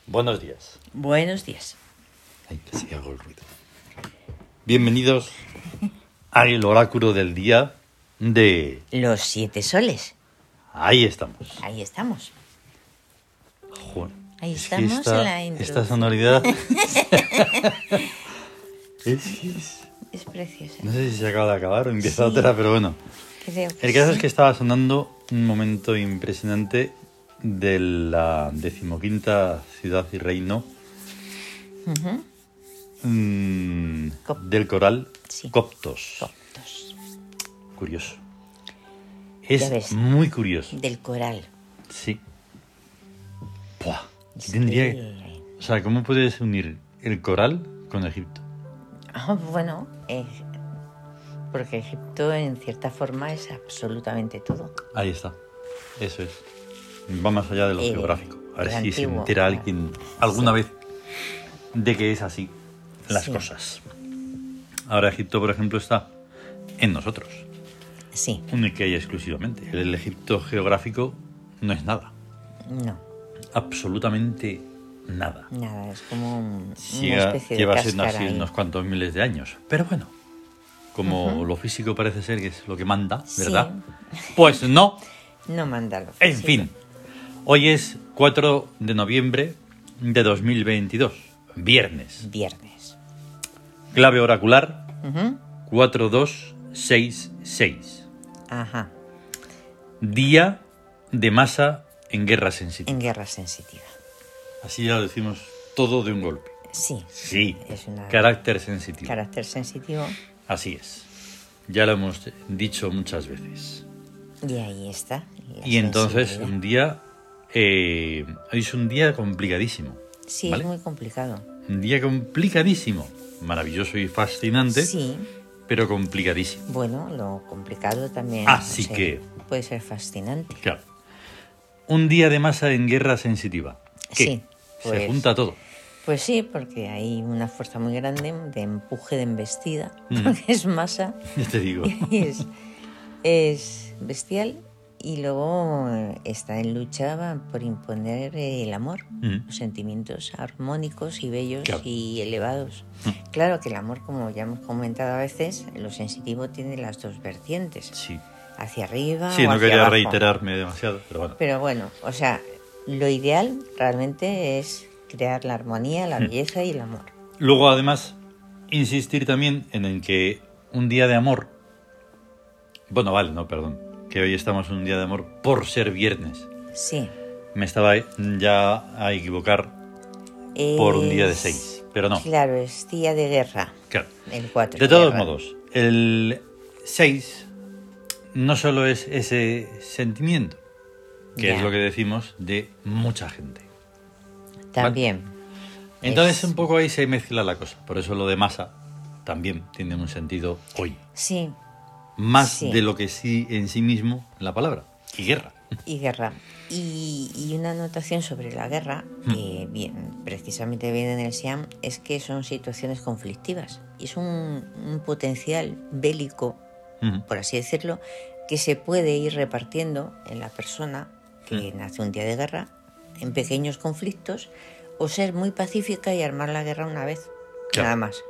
Buenos días. Buenos días. Ay, que sí hago el ruido. Bienvenidos al oráculo del día de... Los 7 soles. Ahí estamos. Ahí estamos. Joder, Ahí es que estamos esta, en la introducción. esta sonoridad... es... Es preciosa. No sé si se acaba de acabar o empieza Sí. otra, pero bueno. Creo que El caso sí. es que estaba sonando un momento impresionante de la 15ª ciudad y reino Ujú. del coral Sí. Coptos. Coptos. Curioso. Ya Es ves. muy curioso. Del coral. Sí. Buah. Sí. Tendría... O sea, ¿cómo puedes unir el coral con Egipto? Bueno, porque Egipto en cierta forma es absolutamente todo. Ahí está. Eso es. Va más allá de lo geográfico. A ver el si se antiguo, entera claro. alguien alguna Sí. vez de que es así las Sí. cosas. Ahora Egipto, por ejemplo, está en nosotros. Sí. Única y exclusivamente. El Egipto geográfico no es nada. No, Absolutamente nada. nada. Es como una Siga- especie de lleva siendo cáscara así ahí. unos cuantos miles de años. Pero bueno, como lo físico parece ser que es lo que manda, ¿verdad? Pues no. No manda lo En físico. fin, hoy es 4 de noviembre de 2022, viernes. Viernes. Clave oracular Ujú. 4266. Ajá. Día de masa en guerra sensitiva. En guerra sensitiva. Así ya lo decimos todo de un golpe. Sí. Sí, Es una carácter sensitivo. carácter sensitivo. Así es. Ya lo hemos dicho muchas veces. Y ahí está. la Y entonces sensibilidad. un día... es un día complicadísimo. Sí, ¿vale? es muy complicado. Un día complicadísimo. Maravilloso y fascinante, Sí. pero complicadísimo. Bueno, lo complicado también Así que- puede ser fascinante. Claro. Un día de masa en guerra sensitiva. ¿Qué? Sí, Se pues- junta todo. Pues sí, porque hay una fuerza muy grande de empuje, de embestida, Mm. porque es masa Ya te digo. y es bestial. Y luego está en lucha por imponer el amor, Mm. los sentimientos armónicos y bellos Claro. y elevados. Claro que el amor, como ya hemos comentado a veces, lo sensitivo tiene las dos vertientes, Sí. hacia arriba Sí, o no hacia quería abajo. reiterarme demasiado, pero bueno. Pero bueno, o sea, lo ideal realmente es crear la armonía, la belleza y el amor. Luego, además, insistir también en el que un día de amor... Bueno, vale, no, perdón. Que hoy estamos en un día de amor por ser viernes. Sí. Me estaba ya a equivocar por un día de 6, pero no. Claro, es día de guerra, Claro. el 4. De todos modos, el 6 no solo es ese sentimiento, que Ya. es lo que decimos de mucha gente. También. Entonces Es- un poco ahí se mezcla la cosa. Por eso lo de masa también tiene un sentido hoy. Sí, Más Sí. de lo que sí en sí mismo la palabra. Y guerra. y guerra. Y una anotación sobre la guerra, que precisamente viene en el Siam, es que son situaciones conflictivas. Y es un potencial bélico, Ujú. por así decirlo, que se puede ir repartiendo en la persona que nace un día de guerra, en pequeños conflictos, o ser muy pacífica y armar la guerra una vez. Claro. Nada más.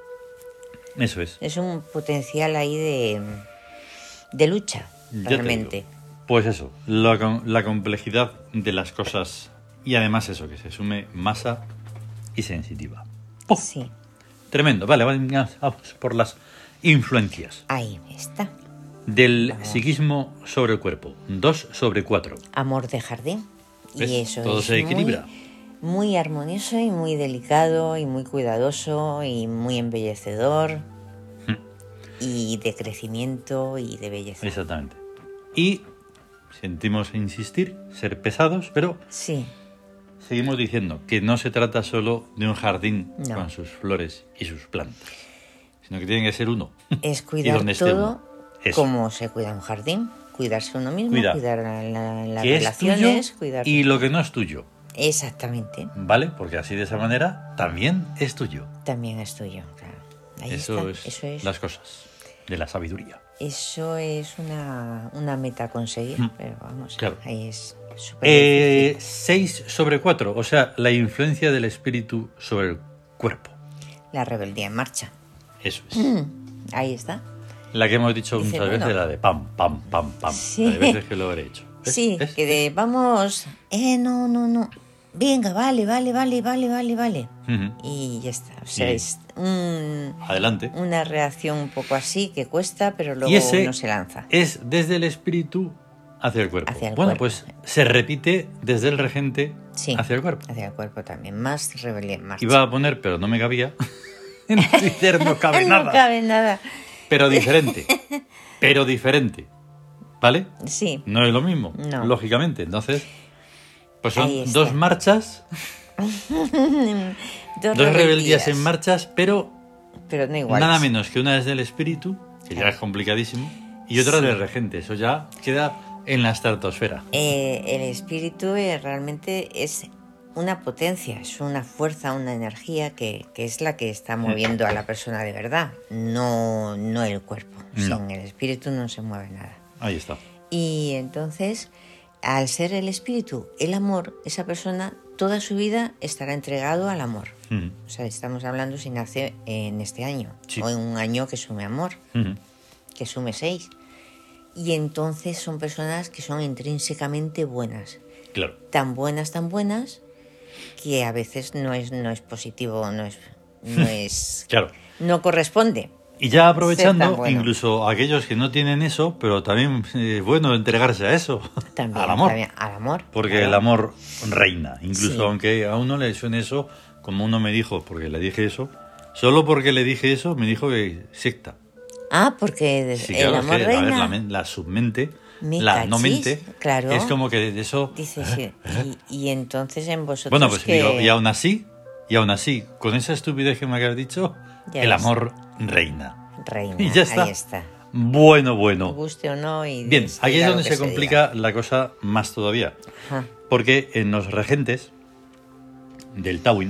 Eso es. Es un potencial ahí de lucha, Ya te realmente. digo. Pues eso, la complejidad de las cosas y además eso, que se sume masa y sensitiva. ¡Puf! Sí, Tremendo. Vale, vamos por las influencias ahí está. del psiquismo sobre el cuerpo. 2/4. Amor de jardín. ¿Ves? Y eso Todo es se equilibra. muy armonioso y muy delicado y muy cuidadoso y muy embellecedor y de crecimiento y de belleza. Exactamente. Y sentimos insistir, ser pesados, pero Sí, seguimos diciendo que no se trata solo de un jardín No. con sus flores y sus plantas, sino que tiene que ser uno. es Y cuidar donde esté todo uno. Eso. como se cuida un jardín. Cuidarse uno mismo, Cuidar. cuidar las Que es relaciones, tuyo cuidar... y lo que no es tuyo, Exactamente. ¿vale? Porque así de esa manera también es tuyo. También es tuyo, claro. Ahí Eso está. es las cosas de la sabiduría. Eso es una meta a conseguir, pero vamos, Claro. ahí es. súper difícil. 6 sobre 4, o sea, la influencia del espíritu sobre el cuerpo. La rebeldía en marcha. Eso es. Ahí está. La que hemos dicho Dice, muchas bueno. veces, la de pam, pam, pam, pam. Sí. Hay veces que lo habré hecho. ¿Ves? Sí, ¿Ves? que de vamos, no. Venga, vale. Ujú. Y ya está. O sea, Sí. es Adelante. una reacción un poco así que cuesta, pero luego Y ese uno se lanza. es desde el espíritu hacia el cuerpo. Hacia el Bueno, cuerpo. pues se repite desde el regente Sí. hacia el cuerpo. Hacia el cuerpo también. Más rebeldía en marcha. Iba a poner, pero no me cabía. En Twitter no cabe no nada. cabe nada. Pero diferente. Pero diferente. ¿Vale? Sí. No es lo mismo, No. lógicamente. Entonces, pues son Ahí está. dos marchas, dos rebeldías en marchas, pero Pero no igual. nada menos que una es del espíritu, que ya es complicadísimo, y otra del regente. Eso ya queda en la estratosfera. El espíritu realmente es una potencia, es una fuerza, una energía que es la que está moviendo a la persona de verdad, no el cuerpo. No. Sin el espíritu no se mueve nada. Ahí está. Y entonces, al ser el espíritu, el amor, esa persona toda su vida estará entregado al amor. Ujú, O sea, estamos hablando si nace en este año, Sí. o en un año que sume amor, ujú. que sume 6. Y entonces son personas que son intrínsecamente buenas. Claro. Tan buenas, que a veces no es positivo, no Claro. no corresponde. Y ya Ser tan aprovechando, bueno. incluso aquellos que no tienen eso, pero también es bueno entregarse a eso, También, al amor. también, al amor. Porque claro. el amor reina. Incluso Sí. aunque a uno le suene eso, como uno me dijo, porque le dije eso, solo porque le dije eso, me dijo que secta. Ah, porque Sí, el claro, es amor que, a ver, reina. la submente, Me la no cachis, mente, claro. es como que de eso... Dice, sí. Y entonces en vosotros Bueno, pues que... digo, y aún así, con esa estupidez que me has dicho, Ya el ves. amor reina. reina, Y ya está. ahí está. Bueno. Guste o no. Y Bien, se aquí diga es lo donde que se complica la cosa más todavía. Ajá. Porque en los regentes del Tawin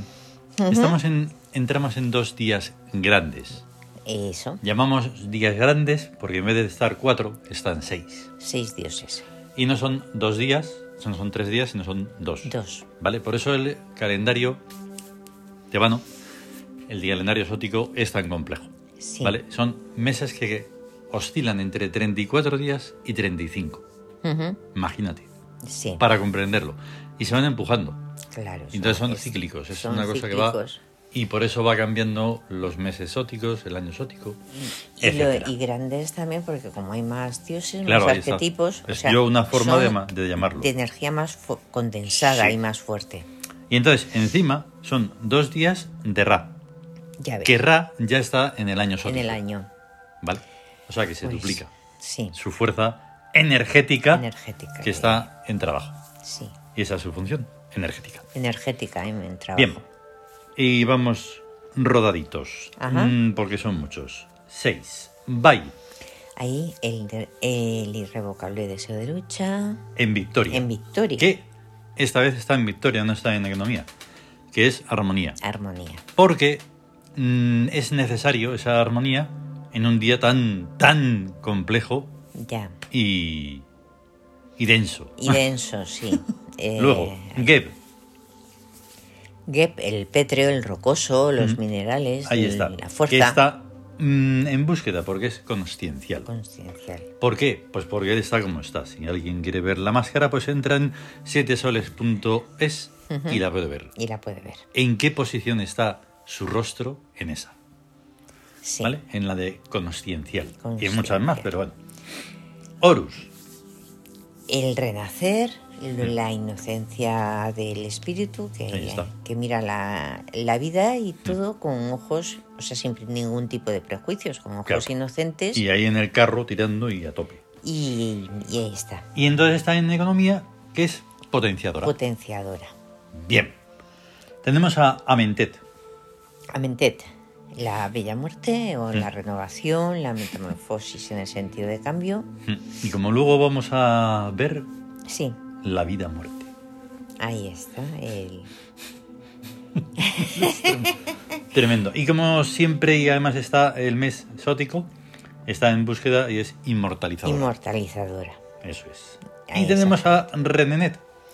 entramos en 2 días grandes. Eso, Llamamos días grandes porque en vez de estar 4, están 6. 6 dioses. Y no son 2 días, no son 3 días, sino son 2. 2. ¿Vale? Por eso el calendario tebano, el calendario exótico, es tan complejo. Sí. ¿Vale? Son meses que oscilan entre 34 días y 35. Imagínate, Sí, para comprenderlo. Y se van empujando. claro. Entonces son cíclicos, es son una cosa que va... cíclicos. Y por eso va cambiando los meses exóticos, el año exótico, Y, etcétera. y grandes también, porque como hay más dioses, Claro, más ahí está. arquetipos, Es yo una forma son de llamarlo. de energía más condensada Sí. y más fuerte. Y entonces, encima, son 2 días de Ra. Ya ves, Que Ra ya está en el año en exótico. el año. ¿Vale? O sea que se Pues, duplica Sí, su fuerza energética, energética. que está en trabajo. Sí, Y esa es su función, energética. energética en trabajo. Bien. Y vamos rodaditos. Ajá. Porque son muchos. 6. Bye. Ahí el irrevocable deseo de lucha En victoria. en victoria. Que esta vez está en victoria, no está en economía. Que es armonía. Armonía. Porque es necesario esa armonía en un día tan complejo Ya. y denso. Y denso, sí. Luego, Geb. Geb, el pétreo, el rocoso, los minerales, Ahí está. la fuerza Que está en búsqueda porque es consciencial. consciencial. ¿Por qué? Pues porque él está como está. Si alguien quiere ver la máscara, pues entra en 7soles.es y la puede ver. Y la puede ver. ¿En qué posición está su rostro? En esa. Sí. ¿Vale? En la de consciencial. Y en Consciencial. muchas más, pero bueno. Horus. El renacer, la inocencia del espíritu Ahí está. que mira la vida y todo con ojos, o sea, sin ningún tipo de prejuicios, con ojos Claro. inocentes. Y ahí en el carro tirando y a tope. Y ahí está, Y entonces está en economía, que es potenciadora. potenciadora. Bien. Tenemos a Amentet. Amentet, la bella muerte o la renovación, la metamorfosis en el sentido de cambio. Y como luego vamos a ver, Sí, la vida-muerte. ahí está. Tremendo. Y como siempre, y además está el mes exótico, está en búsqueda y es inmortalizador. Inmortalizadora. Eso es. Ahí Y tenemos a Renenet.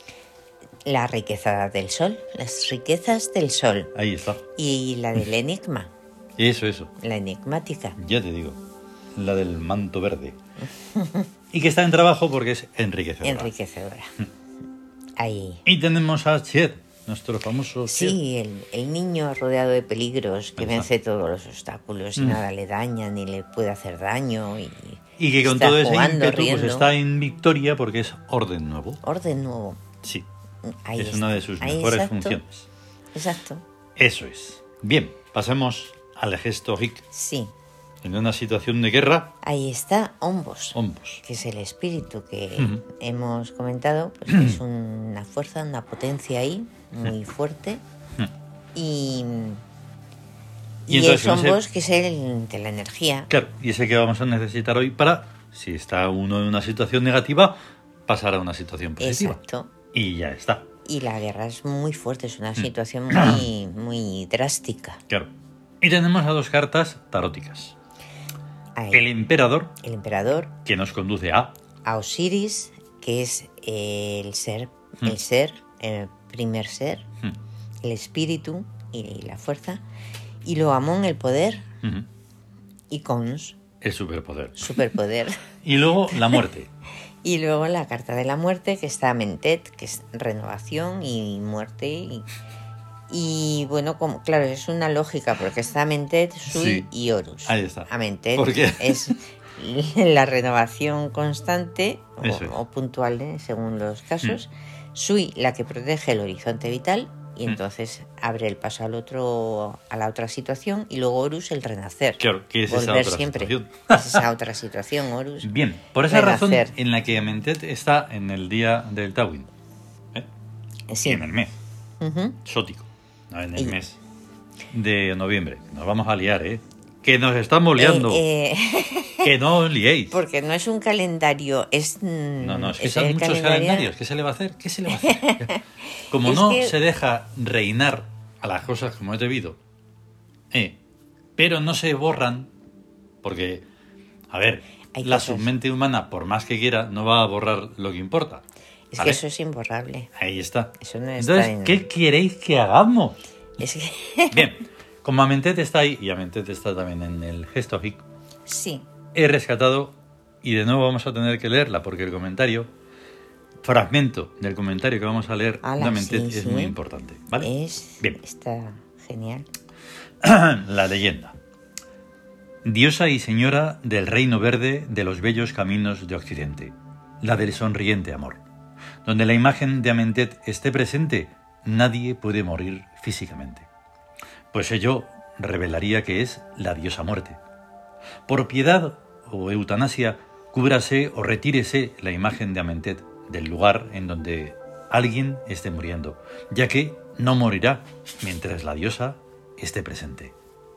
La riqueza del sol, las riquezas del sol. Ahí está. Y la del enigma, Eso. la enigmática. Ya te digo. La del manto verde. Y que está en trabajo porque es enriquecedora. Enriquecedora. Ahí. Y tenemos a Ched, nuestro famoso Ched. Sí, el niño rodeado de peligros que vence todos los obstáculos y nada le daña ni le puede hacer daño. Y que con está todo ese jugando, ímpetu pues riendo. está en victoria porque es orden nuevo. Orden nuevo. Sí, Ahí es está. una de sus Ahí, mejores exacto. funciones. Exacto. Eso es. Bien, pasemos al gesto hic. Sí. En una situación de guerra, Ahí está Ombos, hombos. que es el espíritu que Ujú. hemos comentado, pues que es una fuerza, una potencia ahí muy fuerte. Y entonces es con ese- Ombos, que es el de la energía. Claro, y ese que vamos a necesitar hoy para, si está uno en una situación negativa, pasar a una situación positiva. Exacto. Y ya está. Y la guerra es muy fuerte, es una situación muy, muy drástica. Claro. Y tenemos a dos cartas taróticas. Ahí. El emperador, El emperador, que nos conduce a... a Osiris, que es el ser, el primer ser, el espíritu y la fuerza, y luego Amón, el poder, Ujú, y Cons, el superpoder. superpoder. Y luego la muerte. Y luego la carta de la muerte, que está Mentet, que es renovación y muerte. Y bueno, como, claro, es una lógica, porque está Mentet, Sui Sí. y Horus. Ahí está. Amentet ¿Por qué? es la renovación constante Eso es. o puntual, según los casos. Sui, la que protege el horizonte vital, y entonces abre el paso a la otra situación. Y luego Horus, el renacer. Claro, que es esa Volver otra siempre. situación. Es esa otra situación, Horus. Bien, por esa razón Renacer. en la que Amentet está en el día del Tawin. ¿eh? Sí. Y en el mes Ujú. sótico. No, en el Y- mes de noviembre. Nos vamos a liar, ¿eh? Que nos estamos liando. Que no os liéis. Porque no es un calendario, es... No, es que es son el muchos calendario- calendarios. ¿Qué se le va a hacer? ¿Qué se le va a hacer? Como Es no que- se deja reinar a las cosas como es debido, pero no se borran, porque, a ver, Hay la cosas. submente humana, por más que quiera, no va a borrar lo que importa. Es ¿vale? que eso es imborrable. Ahí está. Eso no está Entonces, en- ¿qué queréis que hagamos? Es que... Bien, como Amentet está ahí, y Amentet está también en el gesto hic, sí. he rescatado, y de nuevo vamos a tener que leerla, porque el fragmento del comentario que vamos a leer Ala, de Amentet sí, es sí. muy importante, ¿vale? Bien. Está genial. La leyenda. Diosa y señora del reino verde de los bellos caminos de Occidente, la del sonriente amor. Donde la imagen de Amentet esté presente, nadie puede morir físicamente. Pues ello revelaría que es la diosa muerte. Por piedad o eutanasia, cúbrase o retírese la imagen de Amentet del lugar en donde alguien esté muriendo, ya que no morirá mientras la diosa esté presente.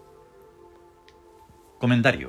Comentario.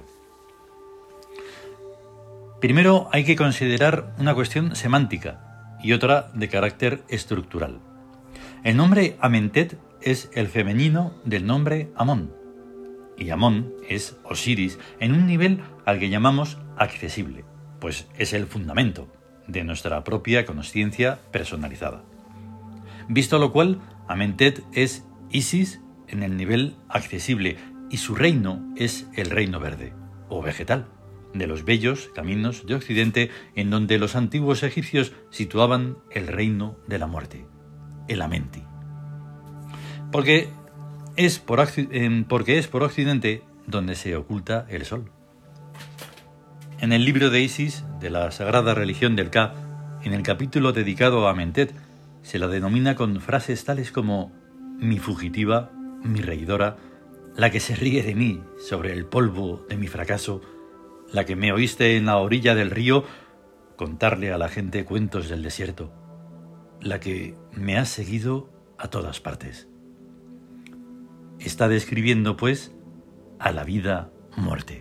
Primero hay que considerar una cuestión semántica y otra de carácter estructural. El nombre Amentet es el femenino del nombre Amón, y Amón es Osiris en un nivel al que llamamos accesible, pues es el fundamento de nuestra propia consciencia personalizada. Visto lo cual, Amentet es Isis en el nivel accesible y su reino es el reino verde, o vegetal, de los bellos caminos de Occidente en donde los antiguos egipcios situaban el reino de la muerte, el Amenti. Porque es por Occidente donde se oculta el sol. En el libro de Isis, de la sagrada religión del Ka, en el capítulo dedicado a Amentet, se la denomina con frases tales como mi fugitiva, mi reidora, la que se ríe de mí sobre el polvo de mi fracaso, la que me oíste en la orilla del río contarle a la gente cuentos del desierto, la que me ha seguido a todas partes. Está describiendo, pues, a la vida-muerte.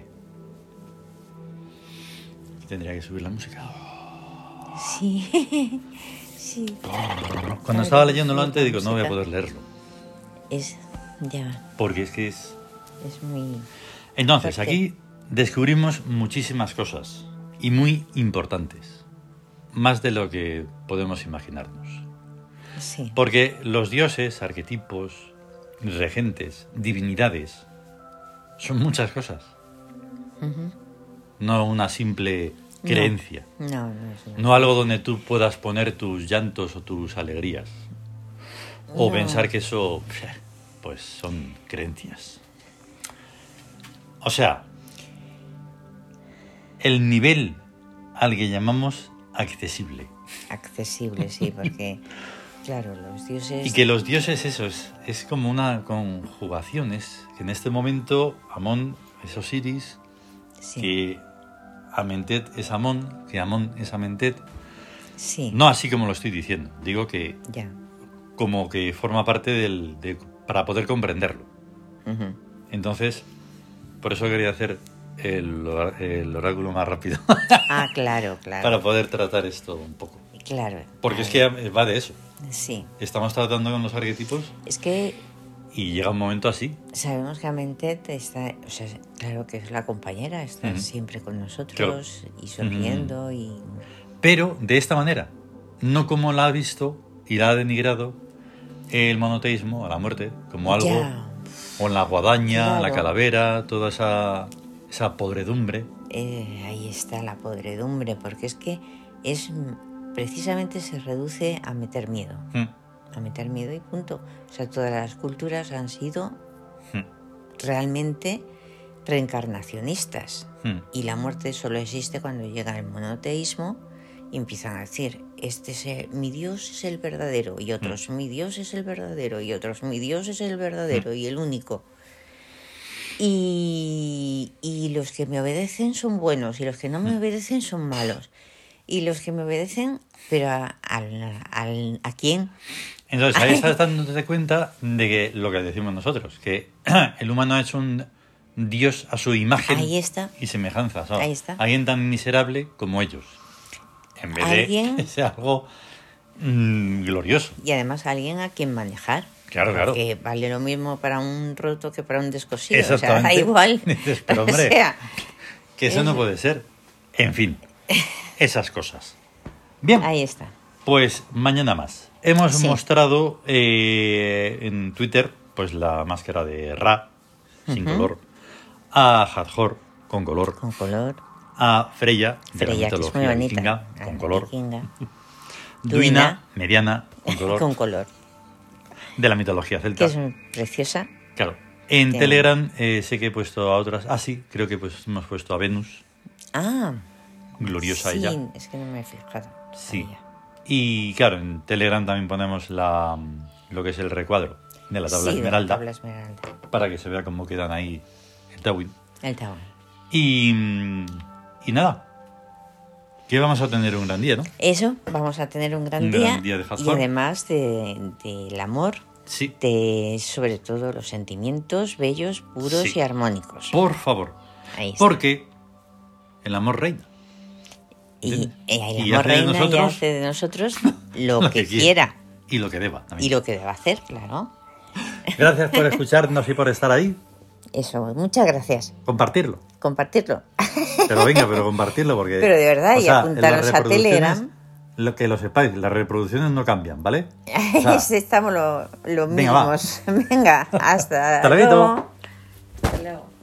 Tendría que subir la música. Sí. Sí. Cuando estaba leyéndolo antes, digo, no voy a poder leerlo. Es... Ya. Porque es que es... Es muy... Entonces, fuerte. aquí descubrimos muchísimas cosas y muy importantes, más de lo que podemos imaginarnos. Sí. Porque los dioses, arquetipos, regentes, divinidades, son muchas cosas. Ujú. No una simple creencia. No es nada. No algo donde tú puedas poner tus llantos o tus alegrías. O No. pensar que eso, pues, son creencias. O sea, el nivel al que llamamos accesible. Accesible, sí, porque, claro, los dioses... Y que los dioses, eso, es como una conjugación. Es que en este momento Amón es Osiris, Sí, que Amentet es Amón, que Amón es Amentet. sí, No así como lo estoy diciendo. Digo que ya. como que forma parte para poder comprenderlo. Ujú. Entonces, por eso quería hacer el oráculo más rápido. Ah, claro, claro. Para poder tratar esto un poco. Claro. Porque es claro. que va de eso. Sí, Estamos tratando con los arquetipos es que y llega un momento así. sabemos que Amentet está, o sea, claro que es la compañera, está Ujú. siempre con nosotros y sonriendo y... Pero de esta manera. No como la ha visto y la ha denigrado el monoteísmo a la muerte. Como algo... Ya, O la guadaña, Claro. la calavera, toda esa podredumbre. ahí está la podredumbre, porque es que es precisamente se reduce a meter miedo. Mm, A meter miedo y punto. O sea, todas las culturas han sido mm, realmente reencarnacionistas. mm. Y la muerte solo existe cuando llega el monoteísmo y empiezan a decir, mi Dios es el verdadero, y otros, mi Dios es el verdadero, y otros, mi Dios es el verdadero y el único. Y los que me obedecen son buenos, y los que no me obedecen son malos. Y los que me obedecen, pero ¿a quién? Entonces ahí estás dándote cuenta de que lo que decimos nosotros, que el humano es un Dios a su imagen Ahí está. y semejanza. O sea, Ahí está. alguien tan miserable como ellos. En vez Alguien- de ser algo glorioso. Y además alguien a quien manejar. Claro, claro. Que vale lo mismo para un roto que para un descosido. O sea, Exactamente. da igual. Dices, pero, hombre, O sea, Que eso no puede ser. En fin, esas cosas. Bien, ahí está. pues mañana más. Hemos Sí. mostrado en Twitter pues la máscara de Ra, sin color, a Hathor, con color, Con color. a Freya, de Freya, la que es muy mitología bonita. vikinga, con Ah, color, vikinga. Duina, mediana, con color, Con color. de la mitología Que celta. es preciosa. Claro. En Que- Telegram sé que he puesto a otras. Ah, sí, creo que pues hemos puesto a Venus, Ah, gloriosa sí, ella. es que no me he fijado. Sí. todavía. Y claro, en Telegram también ponemos lo que es el recuadro de la tabla Sí, de la esmeralda, tabla esmeralda. para que se vea cómo quedan ahí el Tawin. El Tao. Y nada, que vamos a tener un gran día, ¿no? Eso, vamos a tener un gran Un día. gran día de y Hathor. además del amor, Sí, de sobre todo los sentimientos bellos, puros Sí. y armónicos. por favor. Ahí está. Porque el amor reina. Y el Y amor hace de reina y nosotros hace de nosotros lo lo que que quiera Y lo que deba y también. lo que deba hacer, claro. Gracias por escucharnos y por estar ahí. Eso, muchas gracias. Compartirlo. Compartirlo. Pero venga, pero compartirlo porque... Pero de verdad, o y sea, apuntaros las a reproducciones, Telegram. Lo que lo sepáis, las reproducciones no cambian, ¿vale? O sea, Estamos lo venga, va. mismos. Venga, hasta Hasta luego. luego. Hasta luego.